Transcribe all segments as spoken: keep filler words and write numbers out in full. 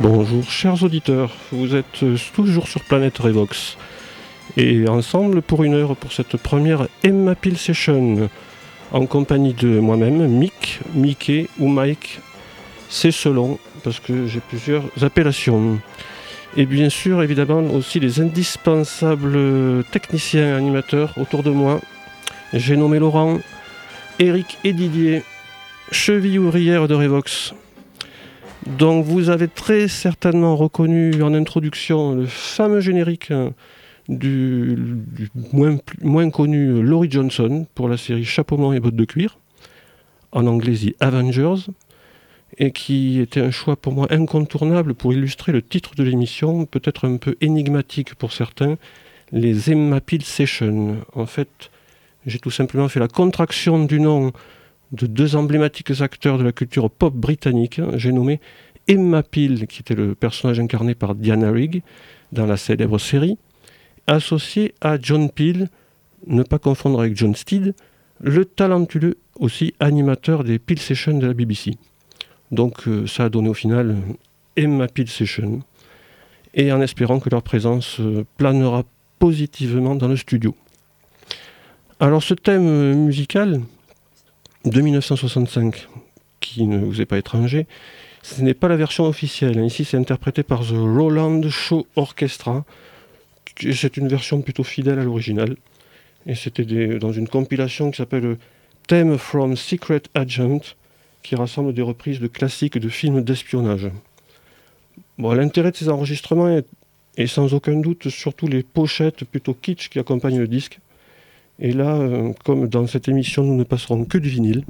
Bonjour chers auditeurs, vous êtes toujours sur Planète Revox et ensemble pour une heure pour cette première Emma Peel Session en compagnie de moi-même, Mick, Mickey ou Mike, c'est selon parce que j'ai plusieurs appellations. Et bien sûr évidemment aussi les indispensables techniciens animateurs autour de moi. J'ai nommé Laurent, Eric et Didier, cheville ouvrière de Revox. Donc vous avez très certainement reconnu en introduction le fameux générique du, du moins, moins connu Laurie Johnson pour la série Chapeau blanc et bottes de cuir, en anglais The Avengers, et qui était un choix pour moi incontournable pour illustrer le titre de l'émission, peut-être un peu énigmatique pour certains, les Emma Peel Sessions. En fait, j'ai tout simplement fait la contraction du nom de deux emblématiques acteurs de la culture pop britannique. J'ai nommé Emma Peel, qui était le personnage incarné par Diana Rigg dans la célèbre série, associé à John Peel, ne pas confondre avec John Steed, le talentueux aussi animateur des Peel Sessions de la B B C. Donc euh, ça a donné au final euh, Emma Peel Sessions, et en espérant que leur présence euh, planera positivement dans le studio. Alors ce thème euh, musical de dix-neuf cent soixante-cinq, qui ne vous est pas étranger, ce n'est pas la version officielle. Ici, c'est interprété par The Roland Shaw Orchestra. C'est une version plutôt fidèle à l'original. Et c'était des, dans une compilation qui s'appelle Theme from Secret Agent, qui rassemble des reprises de classiques de films d'espionnage. Bon, l'intérêt de ces enregistrements est, est sans aucun doute surtout les pochettes plutôt kitsch qui accompagnent le disque. Et là, euh, comme dans cette émission, nous ne passerons que du vinyle,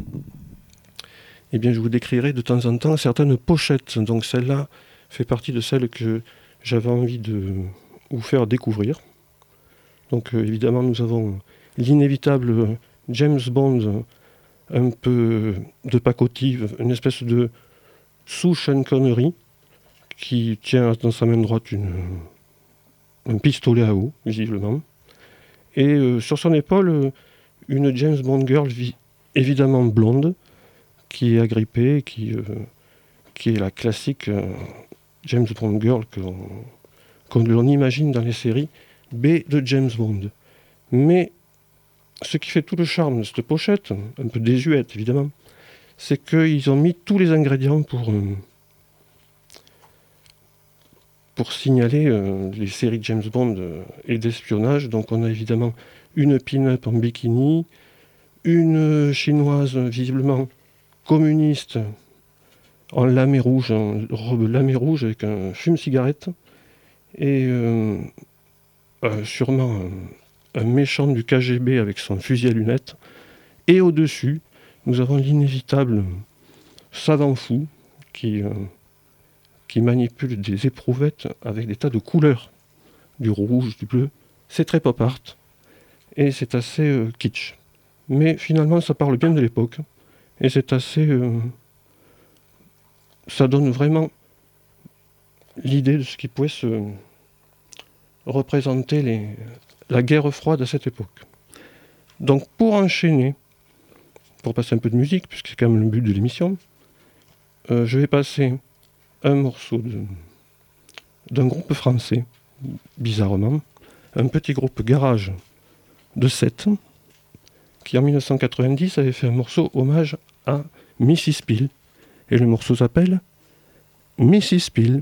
eh bien, je vous décrirai de temps en temps certaines pochettes. Donc celle-là fait partie de celles que j'avais envie de vous faire découvrir. Donc euh, évidemment, nous avons l'inévitable James Bond, un peu de pacotille, une espèce de sous-Sean Connery, qui tient dans sa main droite une, un pistolet à eau, visiblement. Et euh, sur son épaule, euh, une James Bond girl, vi- évidemment blonde, qui est agrippée, qui, euh, qui est la classique euh, James Bond girl que l'on, qu'on l'on imagine dans les séries B de James Bond. Mais ce qui fait tout le charme de cette pochette, un peu désuète évidemment, c'est qu'ils ont mis tous les ingrédients pour, euh, pour signaler euh, les séries James Bond euh, et d'espionnage. Donc on a évidemment une pin-up en bikini, une chinoise visiblement communiste en lamé rouge, en robe lamé rouge avec un fume-cigarette, et euh, euh, sûrement un, un méchant du K G B avec son fusil à lunettes. Et au-dessus, nous avons l'inévitable savant fou qui... Euh, qui manipule des éprouvettes avec des tas de couleurs, du rouge, du bleu. C'est très pop art, et c'est assez euh, kitsch. Mais finalement, ça parle bien de l'époque, et c'est assez... Euh, ça donne vraiment l'idée de ce qui pouvait se représenter les, la guerre froide à cette époque. Donc pour enchaîner, pour passer un peu de musique, puisque c'est quand même le but de l'émission, euh, je vais passer un morceau de, d'un groupe français, bizarrement, un petit groupe garage de sept, qui en dix-neuf cent quatre-vingt-dix avait fait un morceau hommage à Missus Peel, et le morceau s'appelle Missus Peel.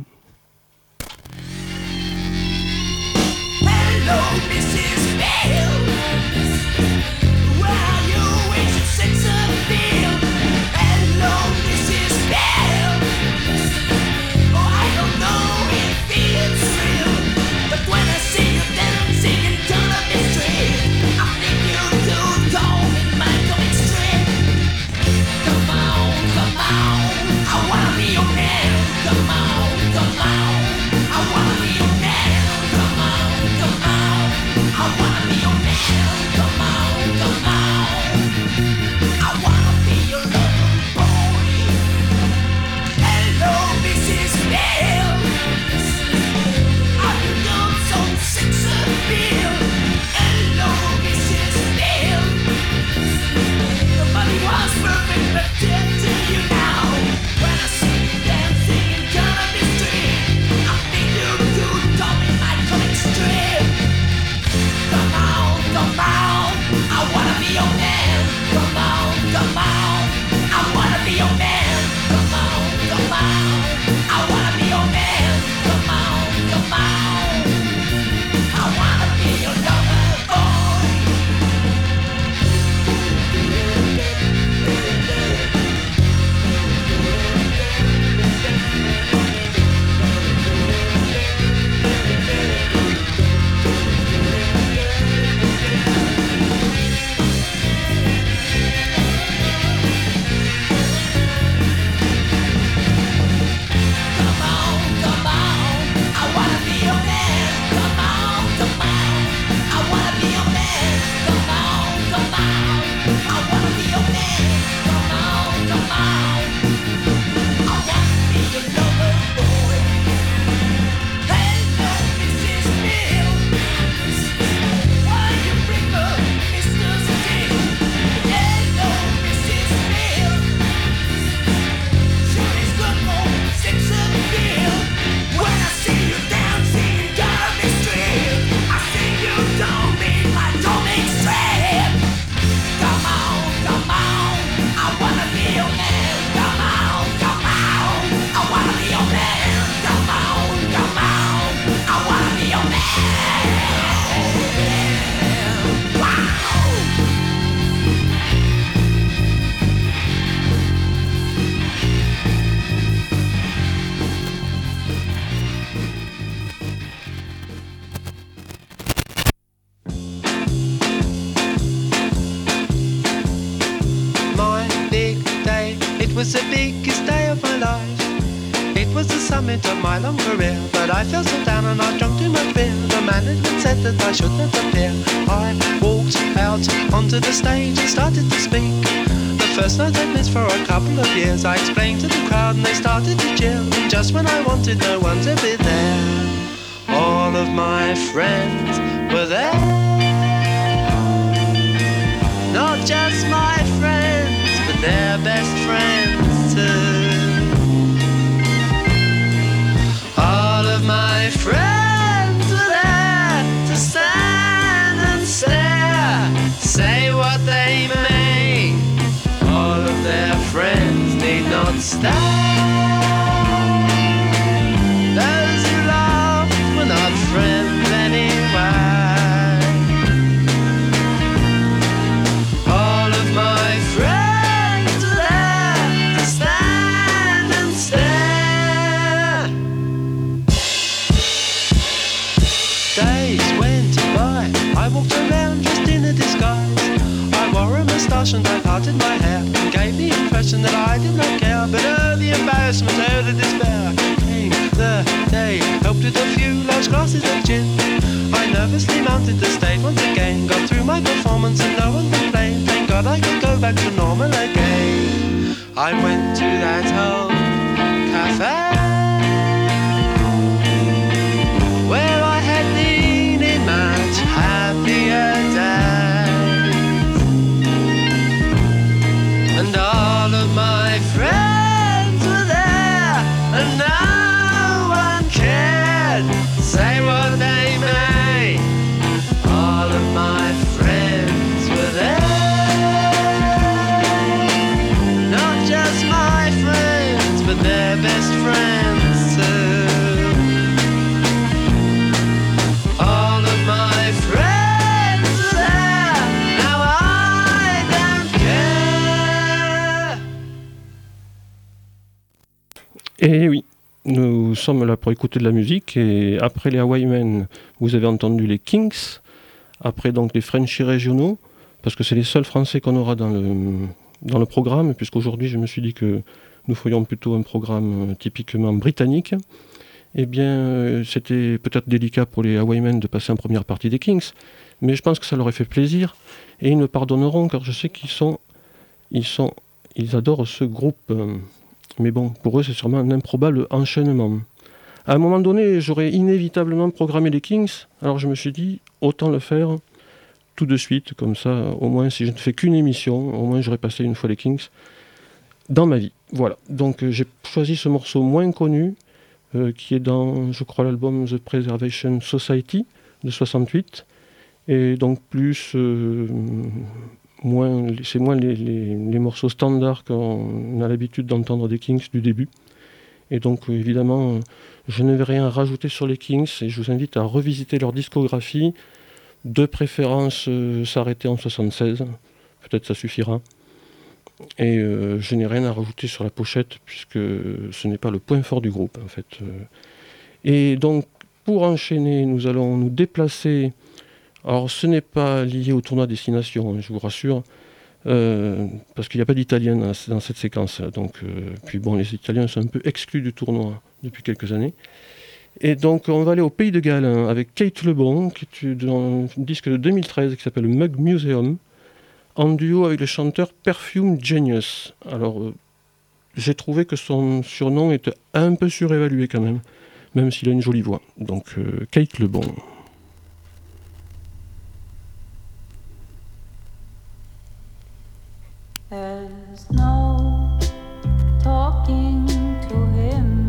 Hello, Missus Peel. Where are you with your sex appeal? Hello, Missus Peel. Oh, I don't know if it's real, but when I see you dancing in Columbia Street, I think you do tall in my comic strip. Come on, come on, I wanna be your man. Come on, come on, I wanna be your man. Come on, come on, I wanna be your man. Come on, come on, I wanna be your little boy. Hello, Missus Peel. Are you done so sex appeal? Hello, Missus Peel. Nobody was perfect, but dead to you now. When I see you dancing in Columbia Street, was the biggest day of my life. It was the summit of my long career, but I felt so down and I drunk too much beer. The management said that I should not appear. I walked out onto the stage and started to speak. The first night I'd missed for a couple of years. I explained to the crowd and they started to cheer. And just when I wanted no one to be there, all of my friends were there. Not just my friends, but their best friends too. All of my friends were there to stand and stare, say what they may. All of their friends need not stare. Those who laughed were not friends anyway. All of my friends were there to stand and stare. Days went by, I walked around dressed in a disguise. I wore a moustache and I parted my hair, and gave the impression that I did not care. But oh, the embarrassment, oh, the despair. Came the day, helped with a few large glasses of gin. I nervously mounted the stage once again, got through my performance and no one complained. Thank God I could go back to normal again. I went to that old cafe where I had been in much happier days, and all of my friends were there, and no one cared, say what they may. All of my friends were there, not just my friends, but their best friends too. All of my friends are there, now I don't care. Et oui, nous sommes là pour écouter de la musique, et après les Highwaymen, vous avez entendu les Kinks, après donc les Frenchies régionaux, parce que c'est les seuls français qu'on aura dans le, dans le programme, puisqu'aujourd'hui je me suis dit que nous ferions plutôt un programme euh, typiquement britannique. Eh bien, euh, c'était peut-être délicat pour les Highwaymen de passer en première partie des Kinks, mais je pense que ça leur aurait fait plaisir, et ils me pardonneront, car je sais qu'ils sont, ils sont, ils adorent ce groupe. euh, Mais bon, pour eux, c'est sûrement un improbable enchaînement. À un moment donné, j'aurais inévitablement programmé les Kinks, alors je me suis dit, autant le faire tout de suite, comme ça, au moins, si je ne fais qu'une émission, au moins j'aurais passé une fois les Kinks dans ma vie. Voilà, donc euh, j'ai choisi ce morceau moins connu, euh, qui est dans, je crois, l'album The Preservation Society de soixante-huit, et donc plus... euh, Moins, c'est moins les, les, les morceaux standards qu'on a l'habitude d'entendre des Kinks du début. Et donc euh, évidemment, euh, je ne vais rien rajouter sur les Kinks, et je vous invite à revisiter leur discographie, de préférence euh, s'arrêter en soixante-seize, peut-être ça suffira. Et euh, je n'ai rien à rajouter sur la pochette, puisque ce n'est pas le point fort du groupe en fait. Et donc pour enchaîner, nous allons nous déplacer. Alors ce n'est pas lié au tournoi Destination, hein, je vous rassure, euh, parce qu'il n'y a pas d'Italiens dans, dans cette séquence. Donc, euh, puis bon, les Italiens sont un peu exclus du tournoi depuis quelques années. Et donc on va aller au Pays de Galles hein, avec Kate Lebon, qui est dans un disque de deux mille treize qui s'appelle Mug Museum, en duo avec le chanteur Perfume Genius. Alors euh, j'ai trouvé que son surnom était un peu surévalué quand même, même s'il a une jolie voix. Donc euh, Kate Lebon. There's no talking to him.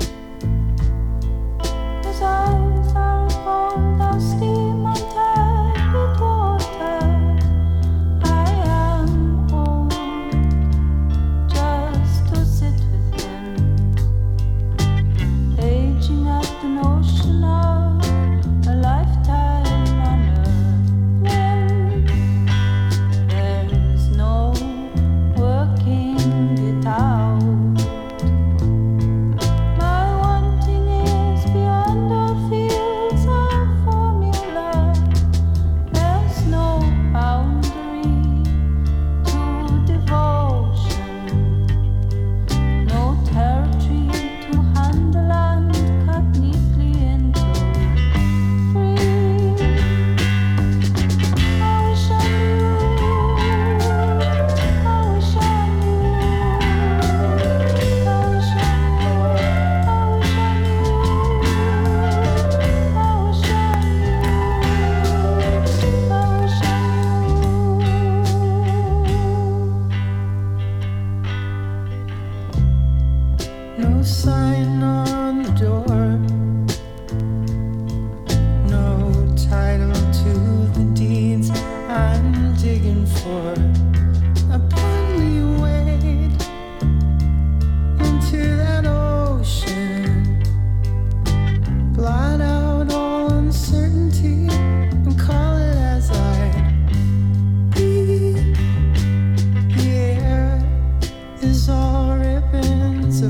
His eyes are cold as steam and tepid water. I am old just to sit with him, aging at the notion of a lifetime on a limb. There's no working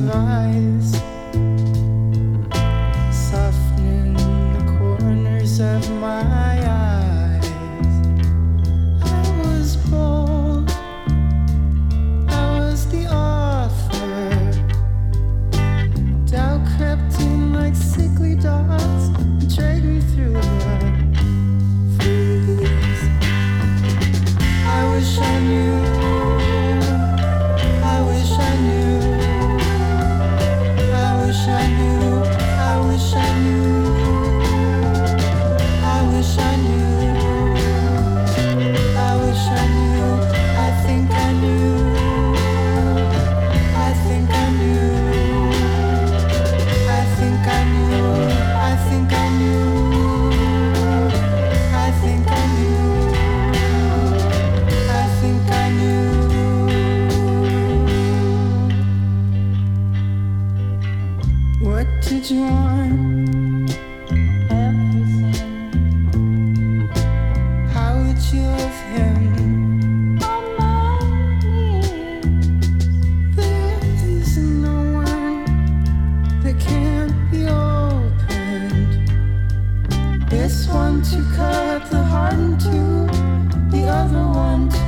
eyes, softening the corners of my eyes. I was bold, I was the author. Doubt crept in like sickly dogs and dragged me through the freeze. I wish I knew, I wish I knew, I wish I knew, I wish I knew, I wish I knew, I wish I knew, I think I knew, I think I knew, I think I knew, I think I knew, I think I knew, I think I knew. What did you want? Everything How would you love him? on my knees. There is no one that can't be opened. This one to cut the heart in two, the other one to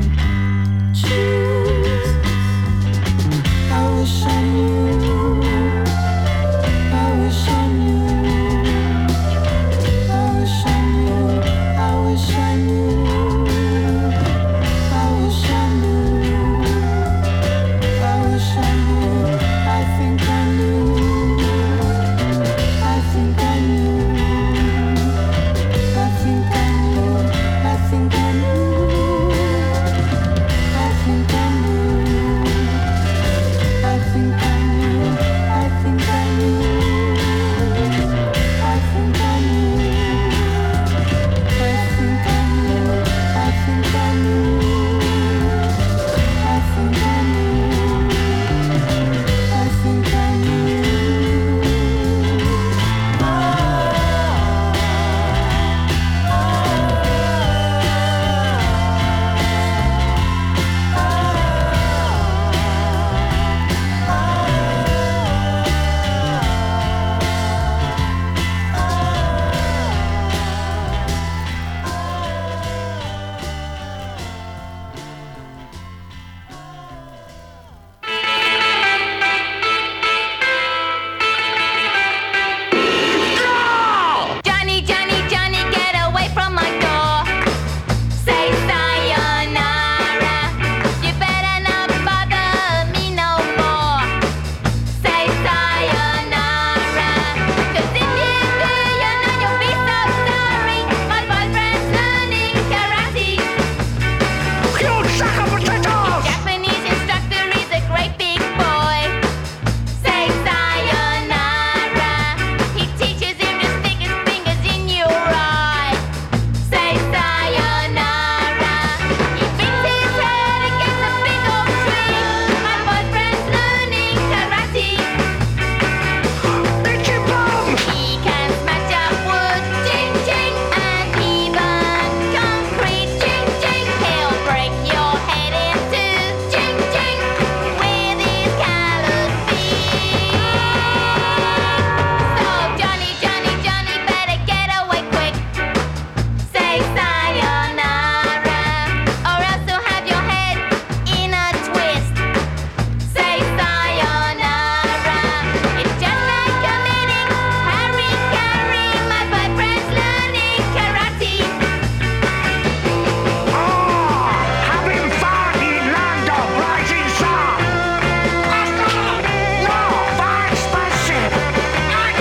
choose. I wish I knew, I wish I knew, I wish I knew, I wish I knew, I wish I knew, I wish I knew, I think I knew, I think I knew, I think I knew, I think I knew, I think I knew, I think I knew, I think I knew, I think I knew, I think I knew, I think I knew, I think I knew, I think I knew. Johnny, Johnny, Johnny, get away from my door. Say sayonara. You better not bother me no more. Say sayonara. 'Cause if you do, you know you'll be so sorry. My boyfriend's learning karate. You sack of potatoes! Japanese instructor is a great big boy. Say sayonara. He teaches him to stick his fingers in your eye. Say sayonara. He beats his head against a big old tree. My boyfriend's learning karate. Itchy bum! He can smash up wood, ching ching, and even concrete, ching ching. He'll break your head in two, ching ching, with his callous feet. So Johnny, Johnny, Johnny, better get away quick. Say sayonara, or else you'll have your head in a twist. Say sayonara. It's just like a meeting Harry Carey. My boyfriend's learning karate. Oh, having fun in land of rising sun. No, fine spaceship. My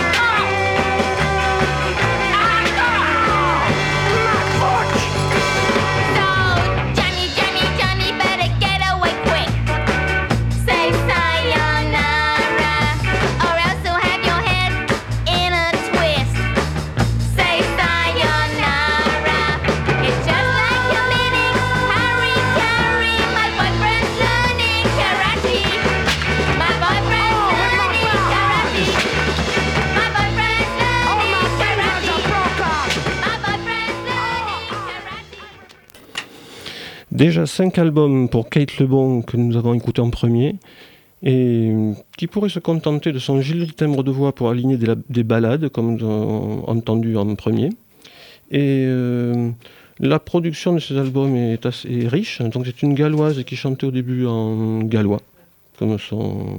foot. So Johnny, Johnny, Johnny, better get away quick. Say sayonara, or else you'll have your head in a twist. Say sayonara. It's just like you're meeting Harry Carey. My boyfriend's learning karate. My boyfriend's learning karate. My boyfriend's learning karate. My boyfriend's learning karate. Déjà cinq albums pour Kate Le Bon que nous avons écouté en premier. et qui pourrait se contenter de son joli timbre de voix pour aligner des, la- des ballades, comme dans- entendu en premier. Et euh, la production de ces albums est assez riche. Donc c'est une galloise qui chantait au début en gallois, comme son...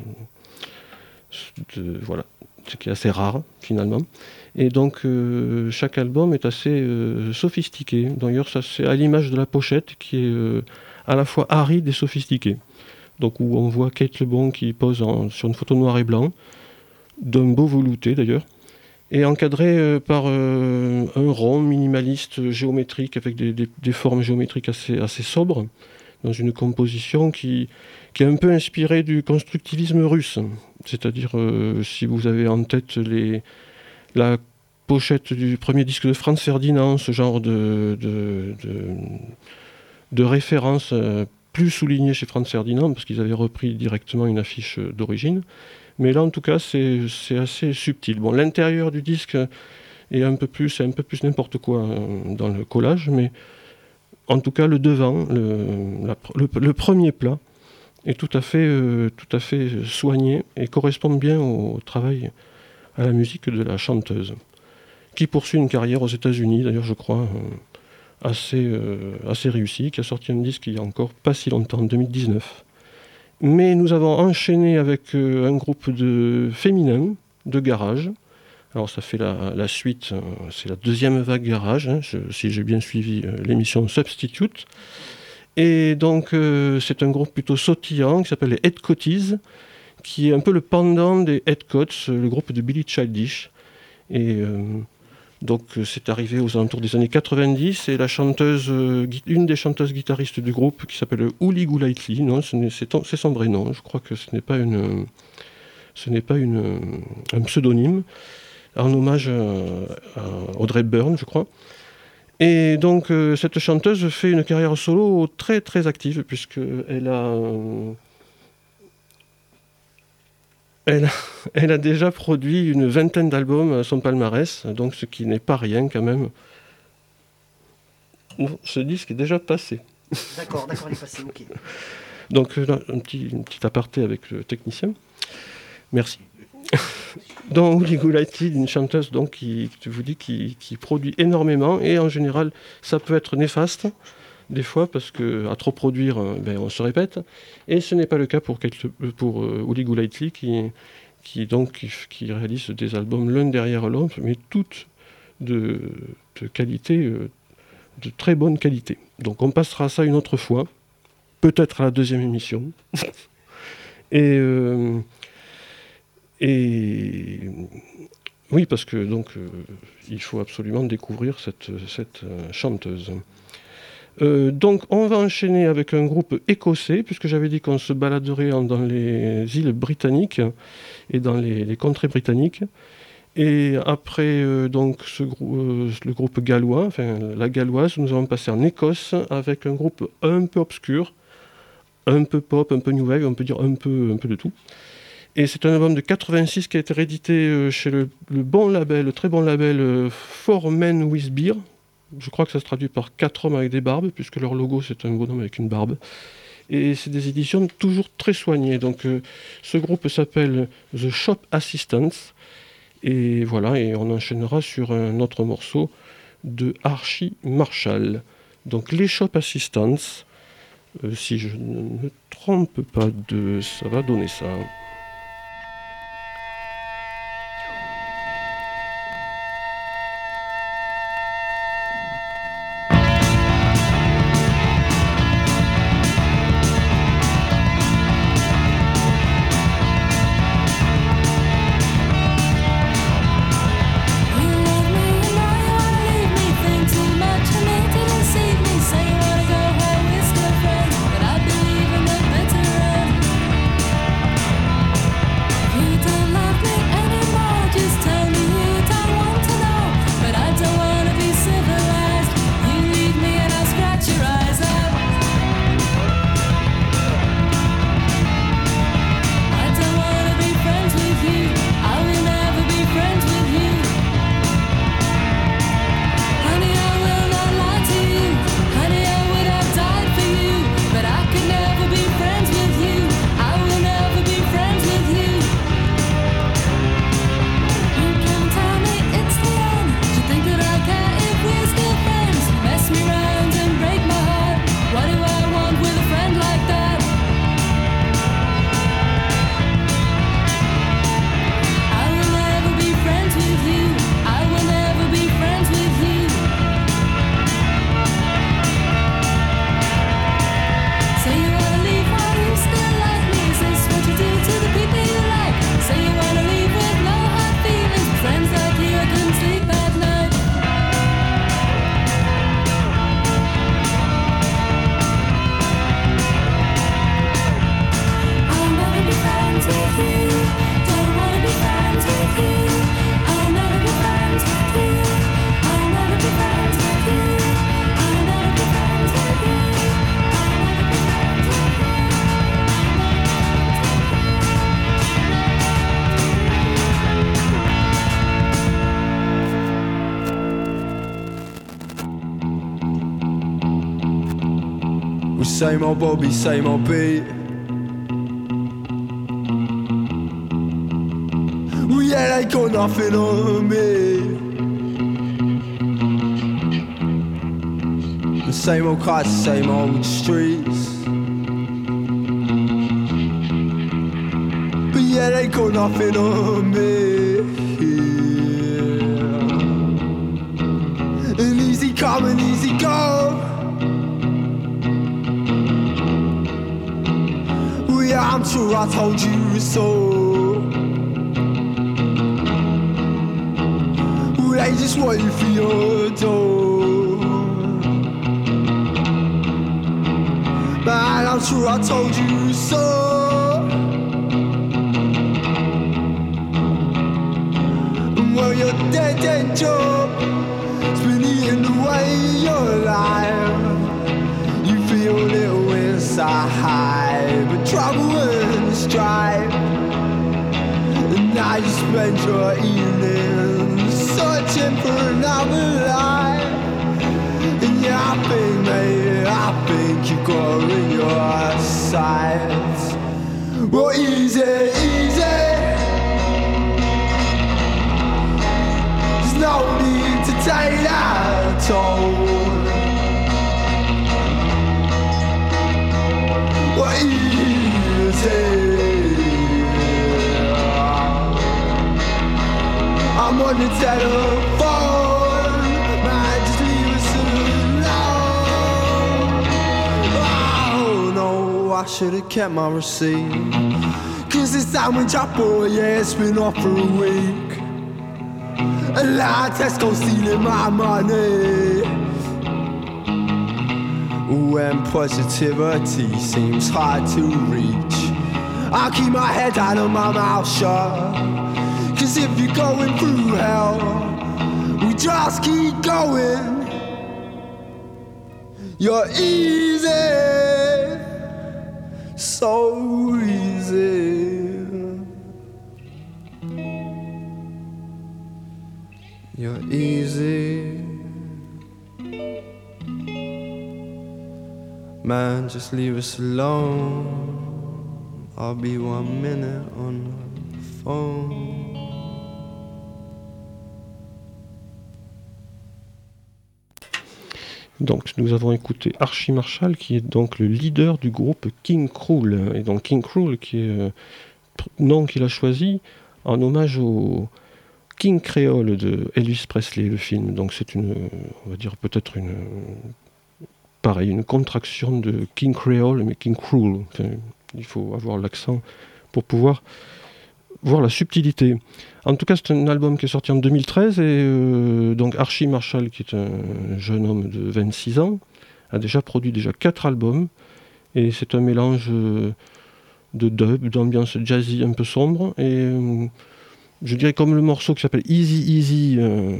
de- voilà, ce qui est assez rare finalement. Et donc euh, chaque album est assez euh, sophistiqué. D'ailleurs ça c'est à l'image de la pochette qui est euh, à la fois aride et sophistiquée. Donc où on voit Kate Lebon qui pose en- sur une photo noir et blanc, d'un beau velouté d'ailleurs, et encadré euh, par euh, un rond minimaliste euh, géométrique avec des, des- des formes géométriques assez, assez sobres, dans une composition qui, qui est un peu inspirée du constructivisme russe. C'est-à-dire, euh, si vous avez en tête les, la pochette du premier disque de Franz Ferdinand, ce genre de, de, de, de référence euh, plus souligné chez Franz Ferdinand, parce qu'ils avaient repris directement une affiche euh, d'origine. Mais là, en tout cas, c'est c'est assez subtil. Bon, l'intérieur du disque est un peu plus, c'est un peu plus n'importe quoi euh, dans le collage, mais en tout cas, le devant, le, la- le- le premier plat, est tout à fait, euh, tout à fait soigné et correspond bien au travail, à la musique de la chanteuse, qui poursuit une carrière aux États-Unis, d'ailleurs, je crois, euh, assez, euh, assez réussie, qui a sorti un disque il y a encore pas si longtemps, en deux mille dix-neuf. Mais nous avons enchaîné avec euh, un groupe de féminins de garage. Alors ça fait la, la suite, euh, c'est la deuxième vague garage, hein, je- si j'ai bien suivi euh, l'émission Substitute. Et donc euh, c'est un groupe plutôt sautillant qui s'appelle les Head Coaties, qui est un peu le pendant des Head Coats, le groupe de Billy Childish. Et euh, donc euh, c'est arrivé aux alentours des années quatre-vingt-dix, et la chanteuse, euh, gui- une des chanteuses guitaristes du groupe, qui s'appelle Uli Golightly, non, ce n'est- c'est ton- c'est son vrai nom, je crois que ce n'est pas une, ce n'est pas une, un pseudonyme, en hommage à, à Audrey Byrne, je crois. Et donc euh, cette chanteuse fait une carrière solo très très active, puisqu'elle a, euh, elle, a- elle a déjà produit une vingtaine d'albums à son palmarès, donc ce qui n'est pas rien quand même. Non, ce disque est déjà passé. D'accord, d'accord, il est passé, ok. Donc euh, là, un petit, une petite aparté avec le technicien. Merci. Dans Uli Golightly, une chanteuse donc, qui, je vous dis, qui, qui produit énormément, et en général ça peut être néfaste des fois parce que à trop produire, euh, ben, on se répète, et ce n'est pas le cas pour, Kate Le- pour euh, Uli Golightly qui, qui, donc, qui, qui réalise des albums l'un derrière l'autre, mais toutes de, de qualité, euh, de très bonne qualité. Donc on passera à ça une autre fois, peut-être à la deuxième émission. et, euh, et oui, parce que donc euh, il faut absolument découvrir cette, cette euh, chanteuse. Euh, donc on va enchaîner avec un groupe écossais, puisque j'avais dit qu'on se baladerait en- dans les îles britanniques et dans les, les contrées britanniques. Et après euh, donc ce grou- euh, le groupe gallois, enfin la galloise, nous allons passer en Écosse avec un groupe un peu obscur, un peu pop, un peu new wave, on peut dire un peu, un peu de tout. Et c'est un album de quatre-vingt-six qui a été réédité euh, chez le, le bon label, le très bon label euh, Four Men with Beer. Je crois que ça se traduit par quatre hommes avec des barbes, puisque leur logo c'est un bonhomme avec une barbe. Et c'est des éditions toujours très soignées. Donc euh, ce groupe s'appelle The Shop Assistants. Et voilà, et on enchaînera sur un autre morceau de Archie Marshall. Donc les Shop Assistants, euh, si je ne me trompe pas, de, ça va donner ça. You love me, and now you wanna leave me. Think too much of me to deceive me. Say you wanna go home with still friends, but I believe in the better end. Same old Bobby, same old beat. Well, yeah, they got nothing on me. The same old cars, same old streets. But yeah, they got nothing on me. Yeah. And easy come and easy go. Well, yeah, I'm sure I told you so. Well, they just want you for your door. Man, I'm sure I told you so. Well, your dead, dead job has been eating away your life. You feel a little inside, but trouble and strife. And now you spend your evenings searching for another life. And yeah, I think, mate, I think you got in your sights. Well, easy, easy. There's no need to take that toll. Well, easy. I'm on the telephone. Man, just leave us alone. Oh no, I should've kept my receipt. Cause this sandwich I bought, yeah, it's been off for a week. And now Tesco stealing my money. When positivity seems hard to reach, I keep my head down and my mouth shut. Cause if you're going through hell, we just keep going. You're easy, so easy. You're easy. Man, just leave us alone. I'll be one minute on the phone. Donc nous avons écouté Archie Marshall, qui est donc le leader du groupe King Krule. Et donc King Krule, qui est le nom qu'il a choisi en hommage au King Creole de Elvis Presley, le film. Donc c'est une, on va dire peut-être une, pareil, une contraction de King Creole, mais King Krule. Enfin, il faut avoir l'accent pour pouvoir voir la subtilité. En tout cas, c'est un album qui est sorti en deux mille treize et euh, donc Archie Marshall, qui est un jeune homme de vingt-six ans, a déjà produit déjà quatre albums et c'est un mélange euh, de dub, d'ambiance jazzy un peu sombre et euh, je dirais comme le morceau qui s'appelle Easy Easy, euh,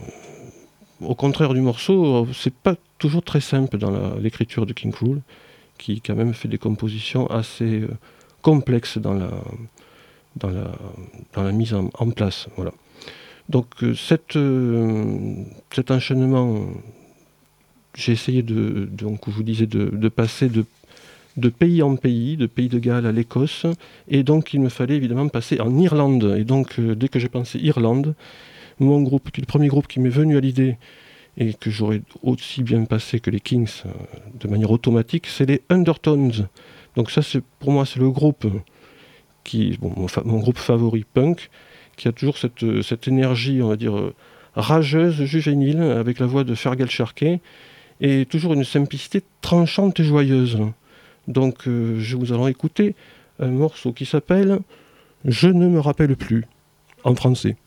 au contraire du morceau, c'est pas toujours très simple dans la, l'écriture de King Krule, qui quand même fait des compositions assez euh, complexes dans la Dans la, dans la mise en, en place. Voilà. Donc euh, cette, euh, cet enchaînement, j'ai essayé de, donc, je vous disais, de, de passer de, de pays en pays, de Pays de Galles à l'Écosse, et donc il me fallait évidemment passer en Irlande. Et donc euh, dès que j'ai pensé Irlande, mon groupe, qui est le premier groupe qui m'est venu à l'idée, et que j'aurais aussi bien passé que les Kings euh, de manière automatique, c'est les Undertones. Donc ça, c'est, pour moi, c'est le groupe... qui, bon, mon, fa- mon groupe favori punk, qui a toujours cette, cette énergie, on va dire, euh, rageuse, juvénile, avec la voix de Fergal Sharkey, et toujours une simplicité tranchante et joyeuse. Donc, euh, je vous allons écouter un morceau qui s'appelle « Je ne me rappelle plus », en français.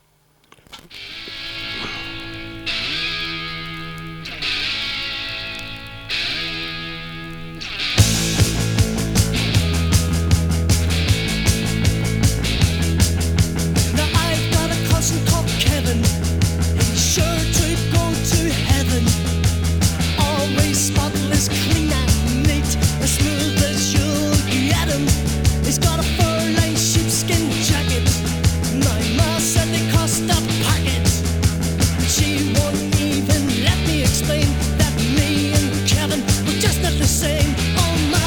Same. Oh my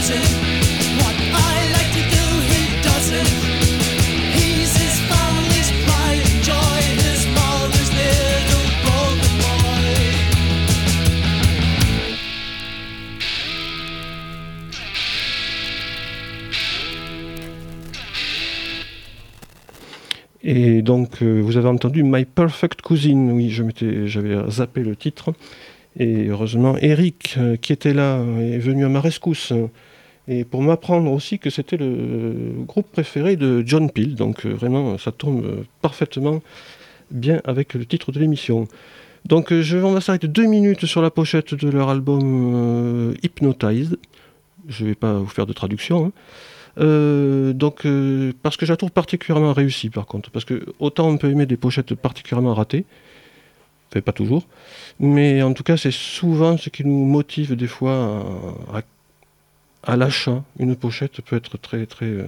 doesn't. What I like to do, he doesn't. He's his family's pride and joy, his mother's little broken boy. Et donc, euh, vous avez entendu My Perfect Cousin. Oui, je m'étais, j'avais zappé le titre. Et heureusement, Eric, euh, qui était là, est venu à ma rescousse. Et pour m'apprendre aussi que c'était le groupe préféré de John Peel. Donc, euh, vraiment, ça tombe euh, parfaitement bien avec le titre de l'émission. Donc, euh, je, on va s'arrêter deux minutes sur la pochette de leur album euh, Hypnotized. Je ne vais pas vous faire de traduction, hein. Euh, donc, euh, parce que je la trouve particulièrement réussie par contre, parce que autant on peut aimer des pochettes particulièrement ratées, enfin pas toujours, mais en tout cas c'est souvent ce qui nous motive des fois à, à, à l'achat. Une pochette peut être très très euh,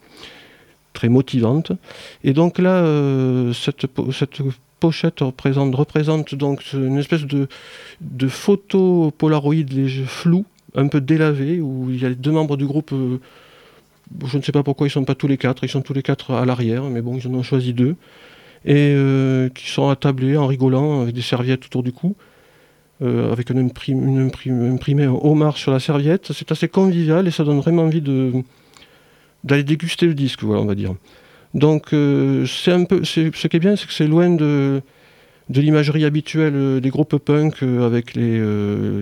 très motivante, et donc là euh, cette, cette pochette représente, représente donc une espèce de, de photo Polaroid flou, un peu délavé, où il y a les deux membres du groupe. Euh, Je ne sais pas pourquoi ils ne sont pas tous les quatre, ils sont tous les quatre à l'arrière, mais bon, ils en ont choisi deux, et euh, qui sont attablés en rigolant, avec des serviettes autour du cou, euh, avec un imprim, une imprim, imprimé un homard sur la serviette. C'est assez convivial et ça donne vraiment envie de, d'aller déguster le disque, voilà, on va dire. Donc, euh, c'est un peu, c'est, ce qui est bien, c'est que c'est loin de, de l'imagerie habituelle des groupes punk, euh, avec les, euh,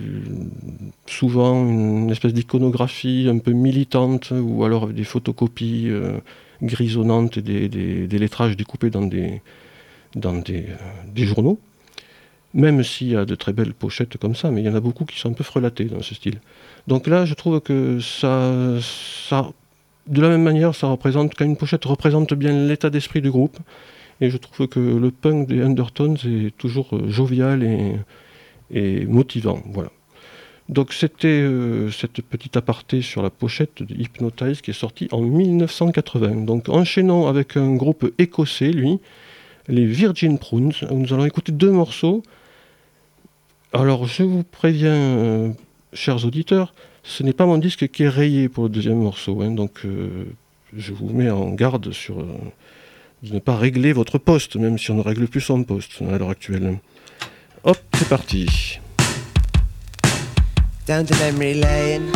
souvent une espèce d'iconographie un peu militante, ou alors avec des photocopies euh, grisonnantes et des, des, des lettrages découpés dans des, dans des, euh, des journaux. Même s'il y a de très belles pochettes comme ça, mais il y en a beaucoup qui sont un peu frelatées dans ce style. Donc là, je trouve que ça, ça de la même manière, ça représente, quand une pochette représente bien l'état d'esprit du groupe. Et je trouve que le punk des Undertones est toujours euh, jovial et, et motivant. Voilà. Donc c'était euh, cette petite aparté sur la pochette de Hypnotize qui est sortie en dix-neuf cent quatre-vingts. Donc enchaînons avec un groupe écossais, lui, les Virgin Prunes. Nous allons écouter deux morceaux. Alors je vous préviens, euh, chers auditeurs, ce n'est pas mon disque qui est rayé pour le deuxième morceau. Hein, donc euh, je vous mets en garde sur... Euh, de ne pas régler votre poste, même si on ne règle plus son poste à l'heure actuelle. Hop, c'est parti. Down to memory lane.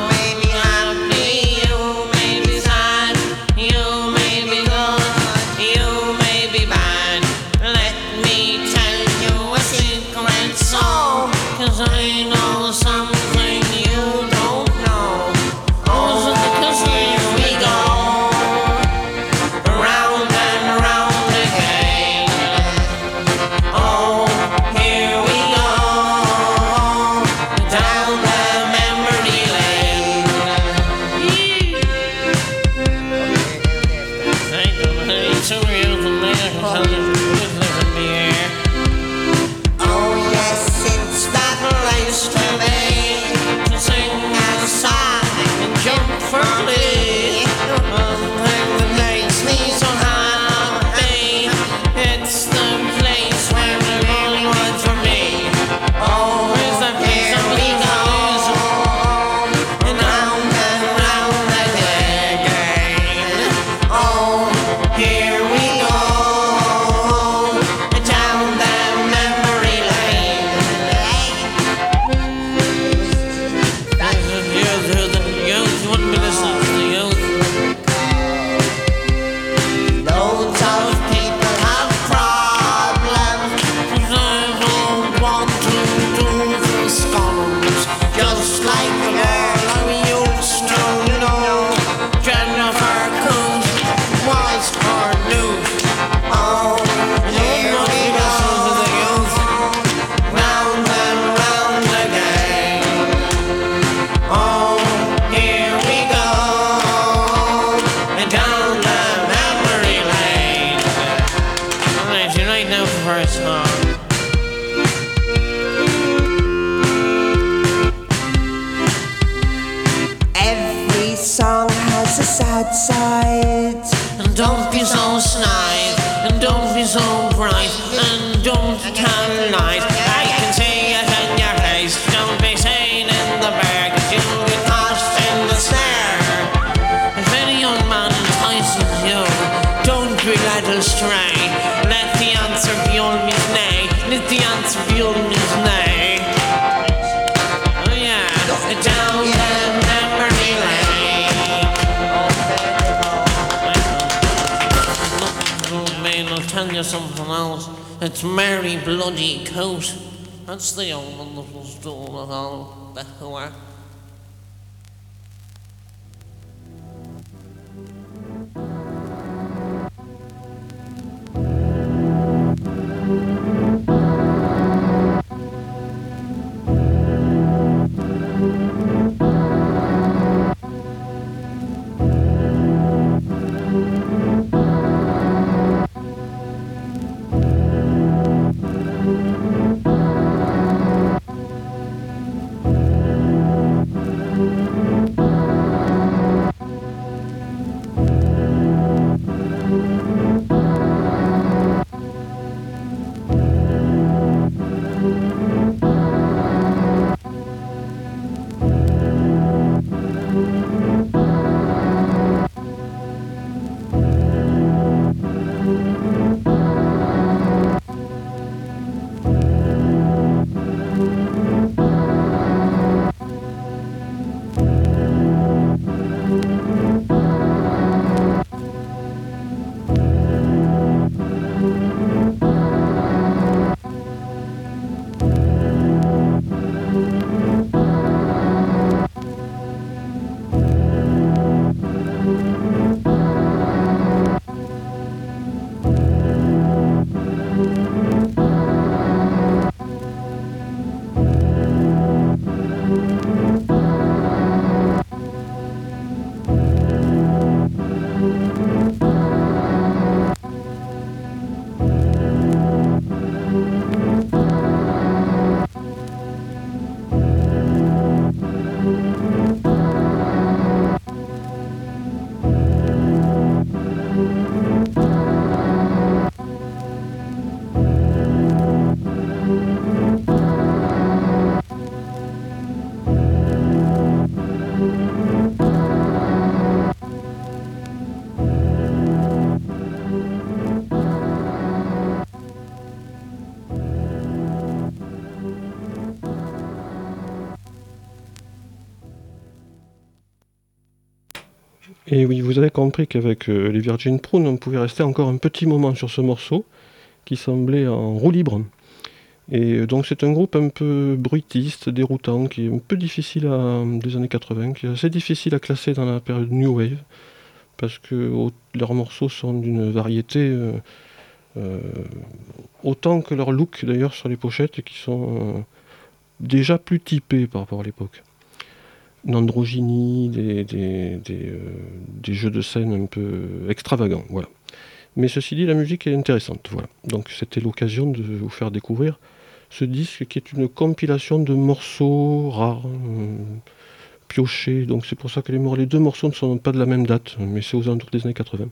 You outside. And don't be so snide, and don't be so bright, and don't tell lies. I can see it in your face. Don't be saying in the bar, 'cause you'll get lost in the snare. If any young man entices you, don't be led astray. Let the answer be always nay. Let the answer be always nay. Oh yeah, down the memory lane. Oh man, I'll tell you something else. It's Mary Bloody Coat. That's the old wonderful story of all the whore. Et oui, vous avez compris qu'avec euh, les Virgin Prunes, on pouvait rester encore un petit moment sur ce morceau qui semblait en roue libre. Et euh, donc c'est un groupe un peu bruitiste, déroutant, qui est un peu difficile à, des années quatre-vingts, qui est assez difficile à classer dans la période New Wave, parce que au, leurs morceaux sont d'une variété, euh, euh, autant que leur look d'ailleurs sur les pochettes, qui sont euh, déjà plus typés par rapport à l'époque. Une androgynie, des, des, des, euh, des jeux de scène un peu extravagants, voilà. Mais ceci dit, la musique est intéressante, voilà. Donc c'était l'occasion de vous faire découvrir ce disque qui est une compilation de morceaux rares, euh, piochés. Donc c'est pour ça que les, les deux morceaux ne sont pas de la même date, mais c'est aux alentours des années quatre-vingts.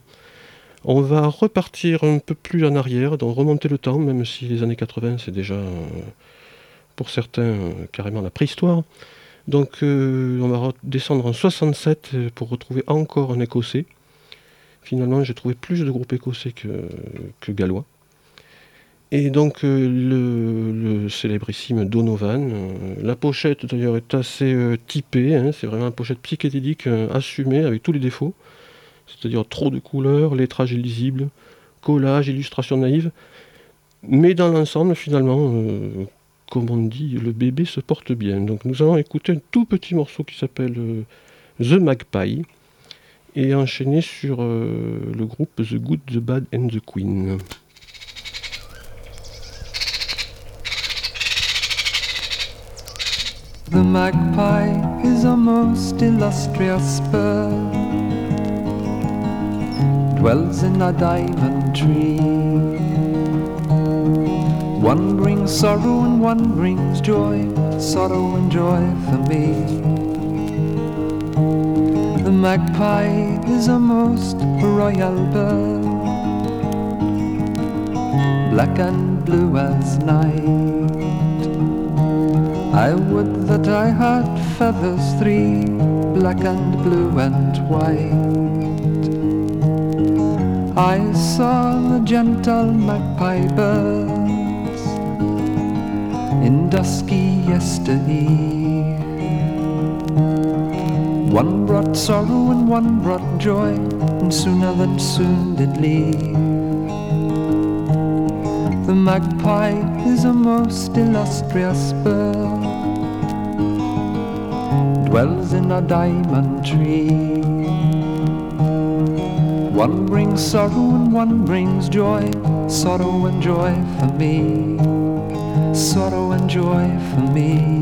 On va repartir un peu plus en arrière, donc remonter le temps, même si les années quatre-vingts c'est déjà, euh, pour certains, euh, carrément la préhistoire. Donc euh, on va descendre en soixante-sept pour retrouver encore un écossais. Finalement j'ai trouvé plus de groupes écossais que, que gallois. Et donc euh, le, le célébrissime Donovan, euh, la pochette d'ailleurs est assez euh, typée, hein, c'est vraiment une pochette psychédélique euh, assumée avec tous les défauts. C'est-à-dire trop de couleurs, lettrage illisible, collage, illustration naïve. Mais dans l'ensemble finalement... Euh, comme on dit, le bébé se porte bien. Donc nous allons écouter un tout petit morceau qui s'appelle euh, The Magpie et enchaîner sur euh, le groupe The Good, The Bad and The Queen. The magpie is a most illustrious bird, dwells in a diamond tree. One brings sorrow and one brings joy, sorrow and joy for me. The magpie is a most royal bird, black and blue as night. I would that I had feathers three, black and blue and white. I saw the gentle magpie birds in dusky yestereve. One brought sorrow and one brought joy, and sooner than soon did leave. The magpie is a most illustrious bird, dwells in a diamond tree. One brings sorrow and one brings joy, sorrow and joy for me, sorrow and joy for me.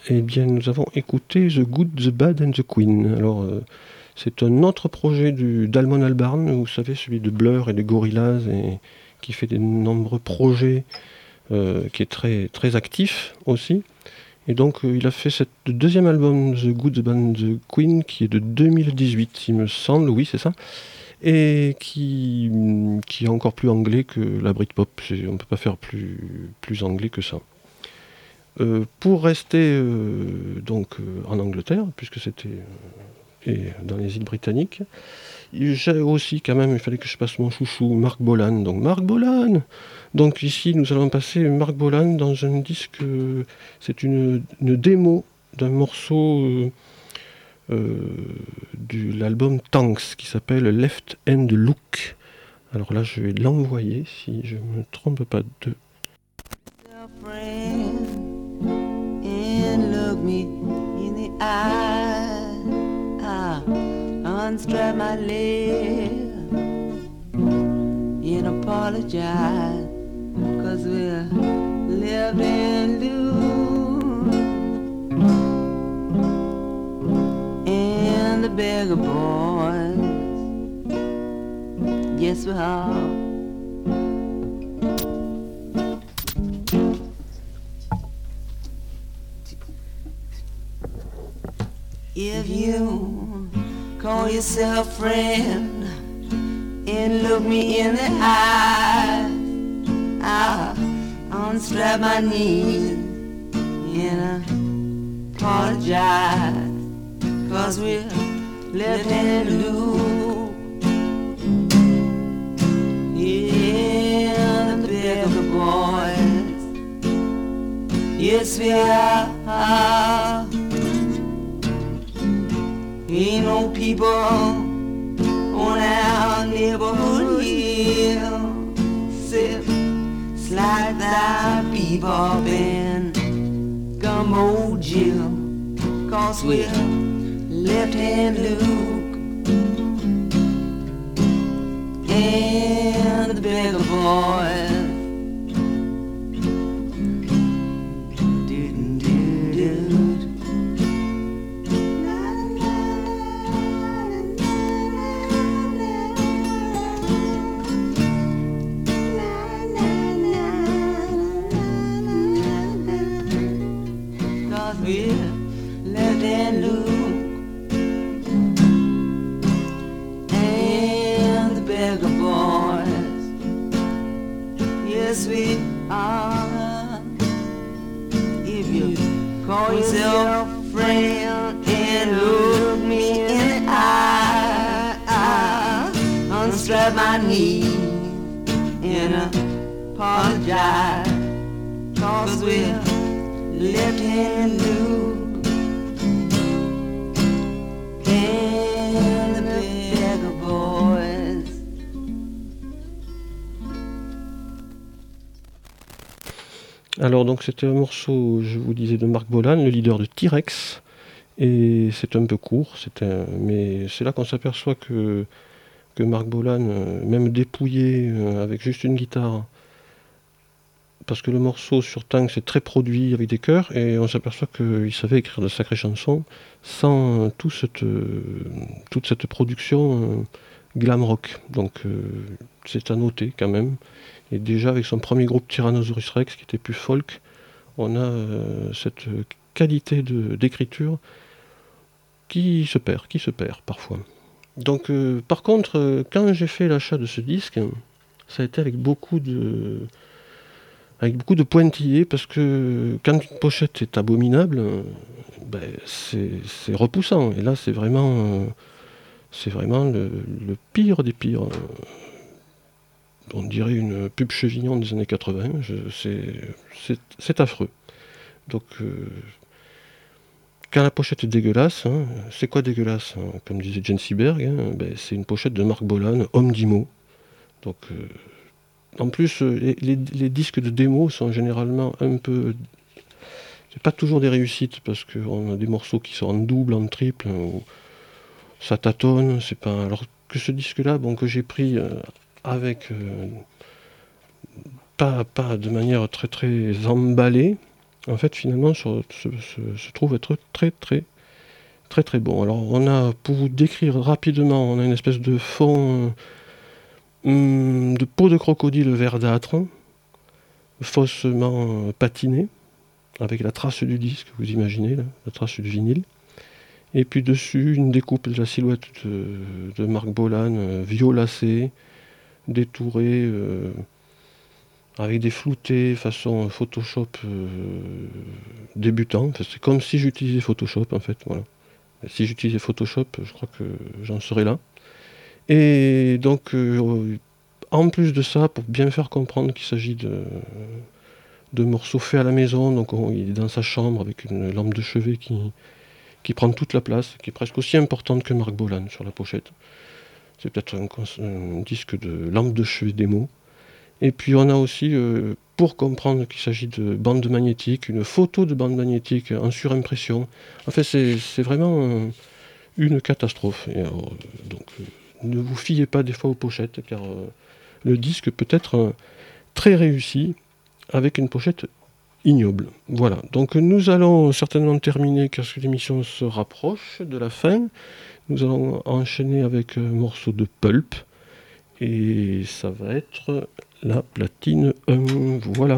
eh bien, nous avons écouté The Good, The Bad and The Queen. Alors, euh, c'est un autre projet du, d'Almon Albarn, vous savez, celui de Blur et de Gorillaz, et qui fait de nombreux projets, euh, qui est très, très actif aussi. Et donc, euh, il a fait ce deuxième album, The Good, The Bad and The Queen, qui est de deux mille dix-huit, il me semble, oui, c'est ça. Et qui, qui est encore plus anglais que la Britpop. C'est, on ne peut pas faire plus, plus anglais que ça. Euh, pour rester euh, donc euh, en Angleterre, puisque c'était euh, et dans les îles britanniques, j'ai aussi quand même, il fallait que je passe mon chouchou, Marc Bolan. Donc Marc Bolan. Donc ici, nous allons passer Marc Bolan dans un disque. Euh, c'est une, une démo d'un morceau euh, euh, de l'album Tanks qui s'appelle Left Hand Look. Alors là, je vais l'envoyer si je ne me trompe pas de. And look me in the eye. I unstrap my leg and apologize, 'cause we're lived and loose. And the beggar boys, yes we are. If you call yourself friend and look me in the eye, I'll unstrap my knees and apologize, 'cause we're left and loose. Yeah, the beggar boys, yes we are. Ain't no people on our neighborhood hill. Sit, slide thy bebop and gumbo Jill, 'cause we're left-hand Luke and the beggar boys. We are. If you call yourself friend and look me in the eye, I unstrap my knees and apologize, 'cause we're left-hand Luke and the beggar boys. Alors donc c'était un morceau, je vous disais, de Marc Bolan, le leader de T-Rex, et c'est un peu court, c'est un, mais c'est là qu'on s'aperçoit que, que Marc Bolan, même dépouillé avec juste une guitare, parce que le morceau sur Tank c'est très produit avec des chœurs, et on s'aperçoit qu'il savait écrire de sacrées chansons sans tout cette, toute cette production glam rock, donc euh, c'est à noter quand même. Et déjà avec son premier groupe Tyrannosaurus Rex, qui était plus folk, on a euh, cette qualité de, d'écriture qui se perd, qui se perd parfois. Donc euh, par contre, euh, quand j'ai fait l'achat de ce disque, ça a été avec beaucoup de, avec beaucoup de pointillés, parce que quand une pochette est abominable, euh, ben, c'est, c'est repoussant. Et là, c'est vraiment, euh, c'est vraiment le, le pire des pires. On dirait une pub Chevignon des années quatre-vingts, je, c'est, c'est, c'est affreux. Donc, euh, quand la pochette est dégueulasse, hein, c'est quoi dégueulasse hein, comme disait Jane Seberg, hein, ben, c'est une pochette de Marc Bolan, homme d'Imo. Donc, euh, en plus, les, les, les disques de démo sont généralement un peu... C'est pas toujours des réussites, parce qu'on a des morceaux qui sont en double, en triple, hein, où ça tâtonne, c'est pas... Alors que ce disque-là, bon, que j'ai pris... Euh, avec euh, pas, pas de manière très très emballée, en fait, finalement, se, se, se, se trouve être très, très, très, très bon. Alors, on a, pour vous décrire rapidement, on a une espèce de fond euh, de peau de crocodile verdâtre, faussement euh, patiné, avec la trace du disque, vous imaginez, là, la trace du vinyle. Et puis dessus, une découpe de la silhouette de, de Marc Bolan, euh, violacée, détourée, euh, avec des floutés façon Photoshop euh, débutant. Enfin, c'est comme si j'utilisais Photoshop, en fait. Voilà. Et si j'utilisais Photoshop, je crois que j'en serais là. Et donc, euh, en plus de ça, pour bien faire comprendre qu'il s'agit de, de morceaux faits à la maison, donc on, il est dans sa chambre avec une lampe de chevet qui... qui prend toute la place, qui est presque aussi importante que Marc Bolan sur la pochette. C'est peut-être un, un disque de lampe de chevet démo. Et puis on a aussi, euh, pour comprendre qu'il s'agit de bande magnétique, une photo de bande magnétique en surimpression. En fait, c'est, c'est vraiment euh, une catastrophe. Et alors, donc, euh, ne vous fiez pas des fois aux pochettes, car euh, le disque peut être euh, très réussi avec une pochette ignoble. Voilà, donc nous allons certainement terminer car l'émission se rapproche de la fin. Nous allons enchaîner avec un morceau de Pulp et ça va être la platine un. Voilà.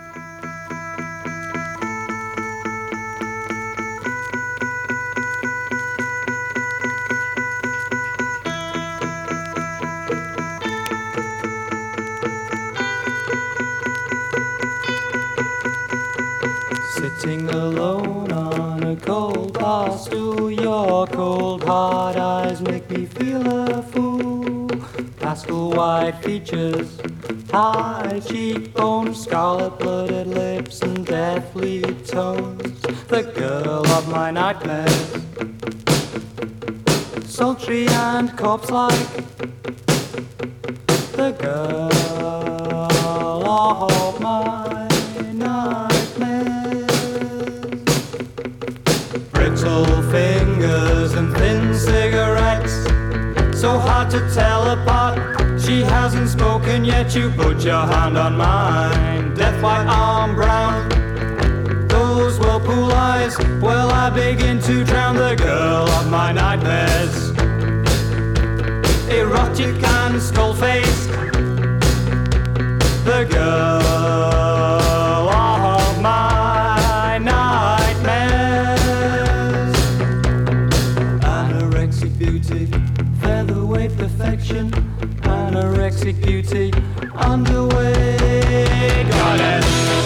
Sitting alone on a cold bar stool, your cold hard eyes make me feel a fool. Pastel white features, high cheekbones, scarlet-blooded lips and deathly tones. The girl of my nightmares, sultry and corpse-like. The girl of my nightmares. Brittle fingers and thin cigarettes, so hard to tell apart. She hasn't spoken yet, you put your hand on mine. Death white arm brown, those whirlpool eyes. Well, I begin to drown. The girl of my nightmares, erotic and skull-faced. The girl of my nightmares. Anorexic beauty, featherweight perfection. Anorexic beauty, underweight. Got it.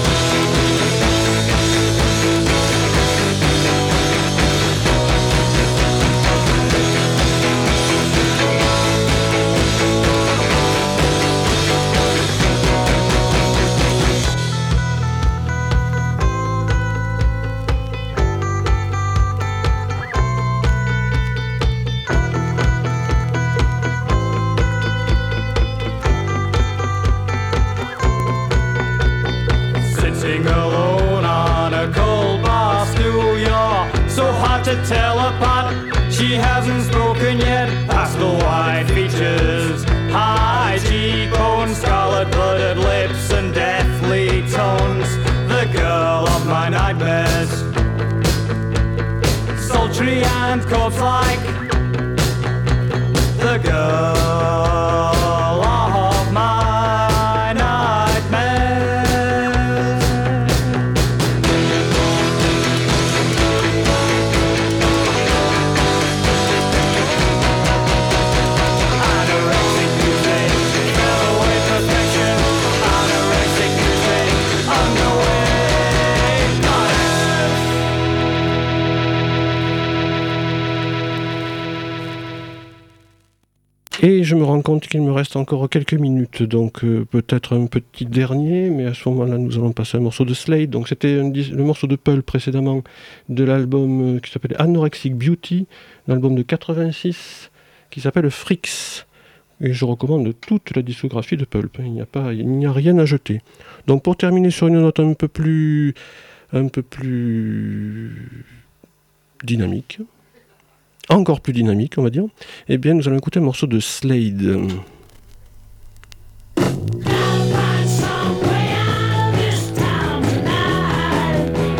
To tell apart, she hasn't spoken yet. Pastel white features, high cheekbones, scarlet-blooded lips and deathly tones. The girl of my nightmares, sultry and corpse-like. The girl of my nightmares. Et je me rends compte qu'il me reste encore quelques minutes, donc euh, peut-être un petit dernier, mais à ce moment-là, nous allons passer à un morceau de Slade. Donc c'était un, le morceau de Pulp précédemment de l'album euh, qui s'appelait Anorexic Beauty, l'album de quatre-vingt-six qui s'appelle Freaks. Et je recommande toute la discographie de Pulp, il n'y a pas, il n'y a rien à jeter. Donc pour terminer sur une note un peu plus, un peu plus dynamique, encore plus dynamique, on va dire, eh bien, nous allons écouter un morceau de Slade. Somewhere out of this town tonight.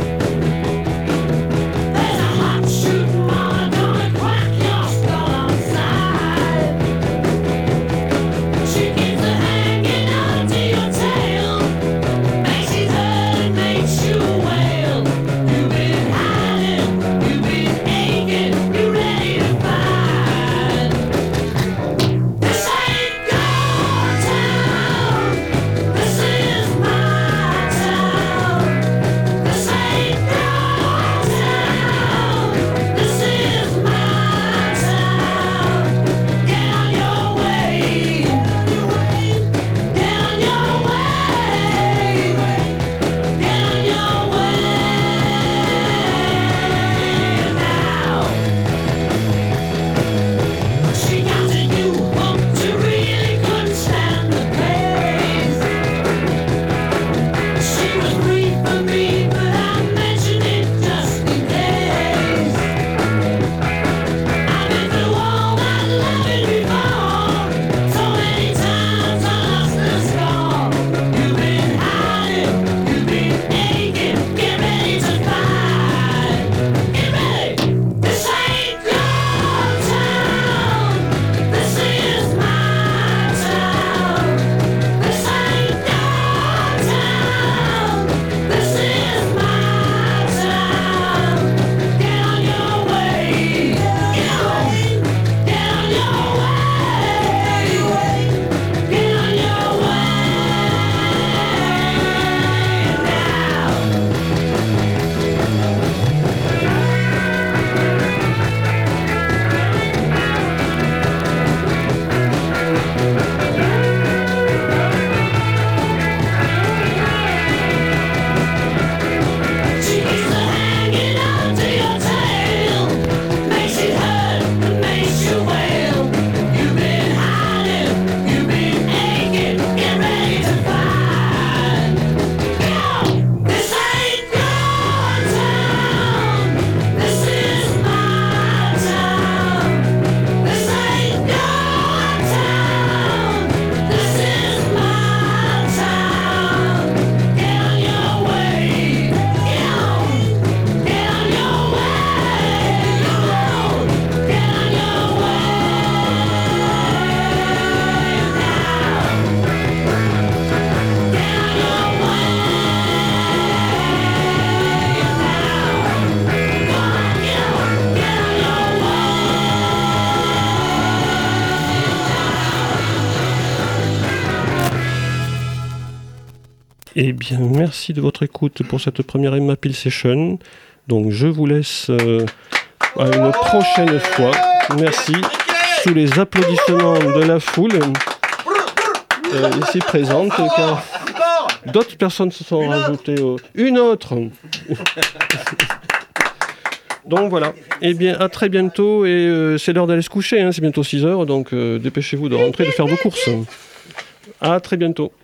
Eh bien, merci de votre écoute pour cette première Emma Peel Session. Donc, je vous laisse euh, à une prochaine fois. Merci. Sous les applaudissements de la foule euh, ici présente, car d'autres personnes se sont rajoutées. Au... Une autre. Donc voilà. Eh bien, à très bientôt. Et euh, c'est l'heure d'aller se coucher. Hein. C'est bientôt six heures. Donc, euh, dépêchez-vous de rentrer, de faire vos courses. À très bientôt.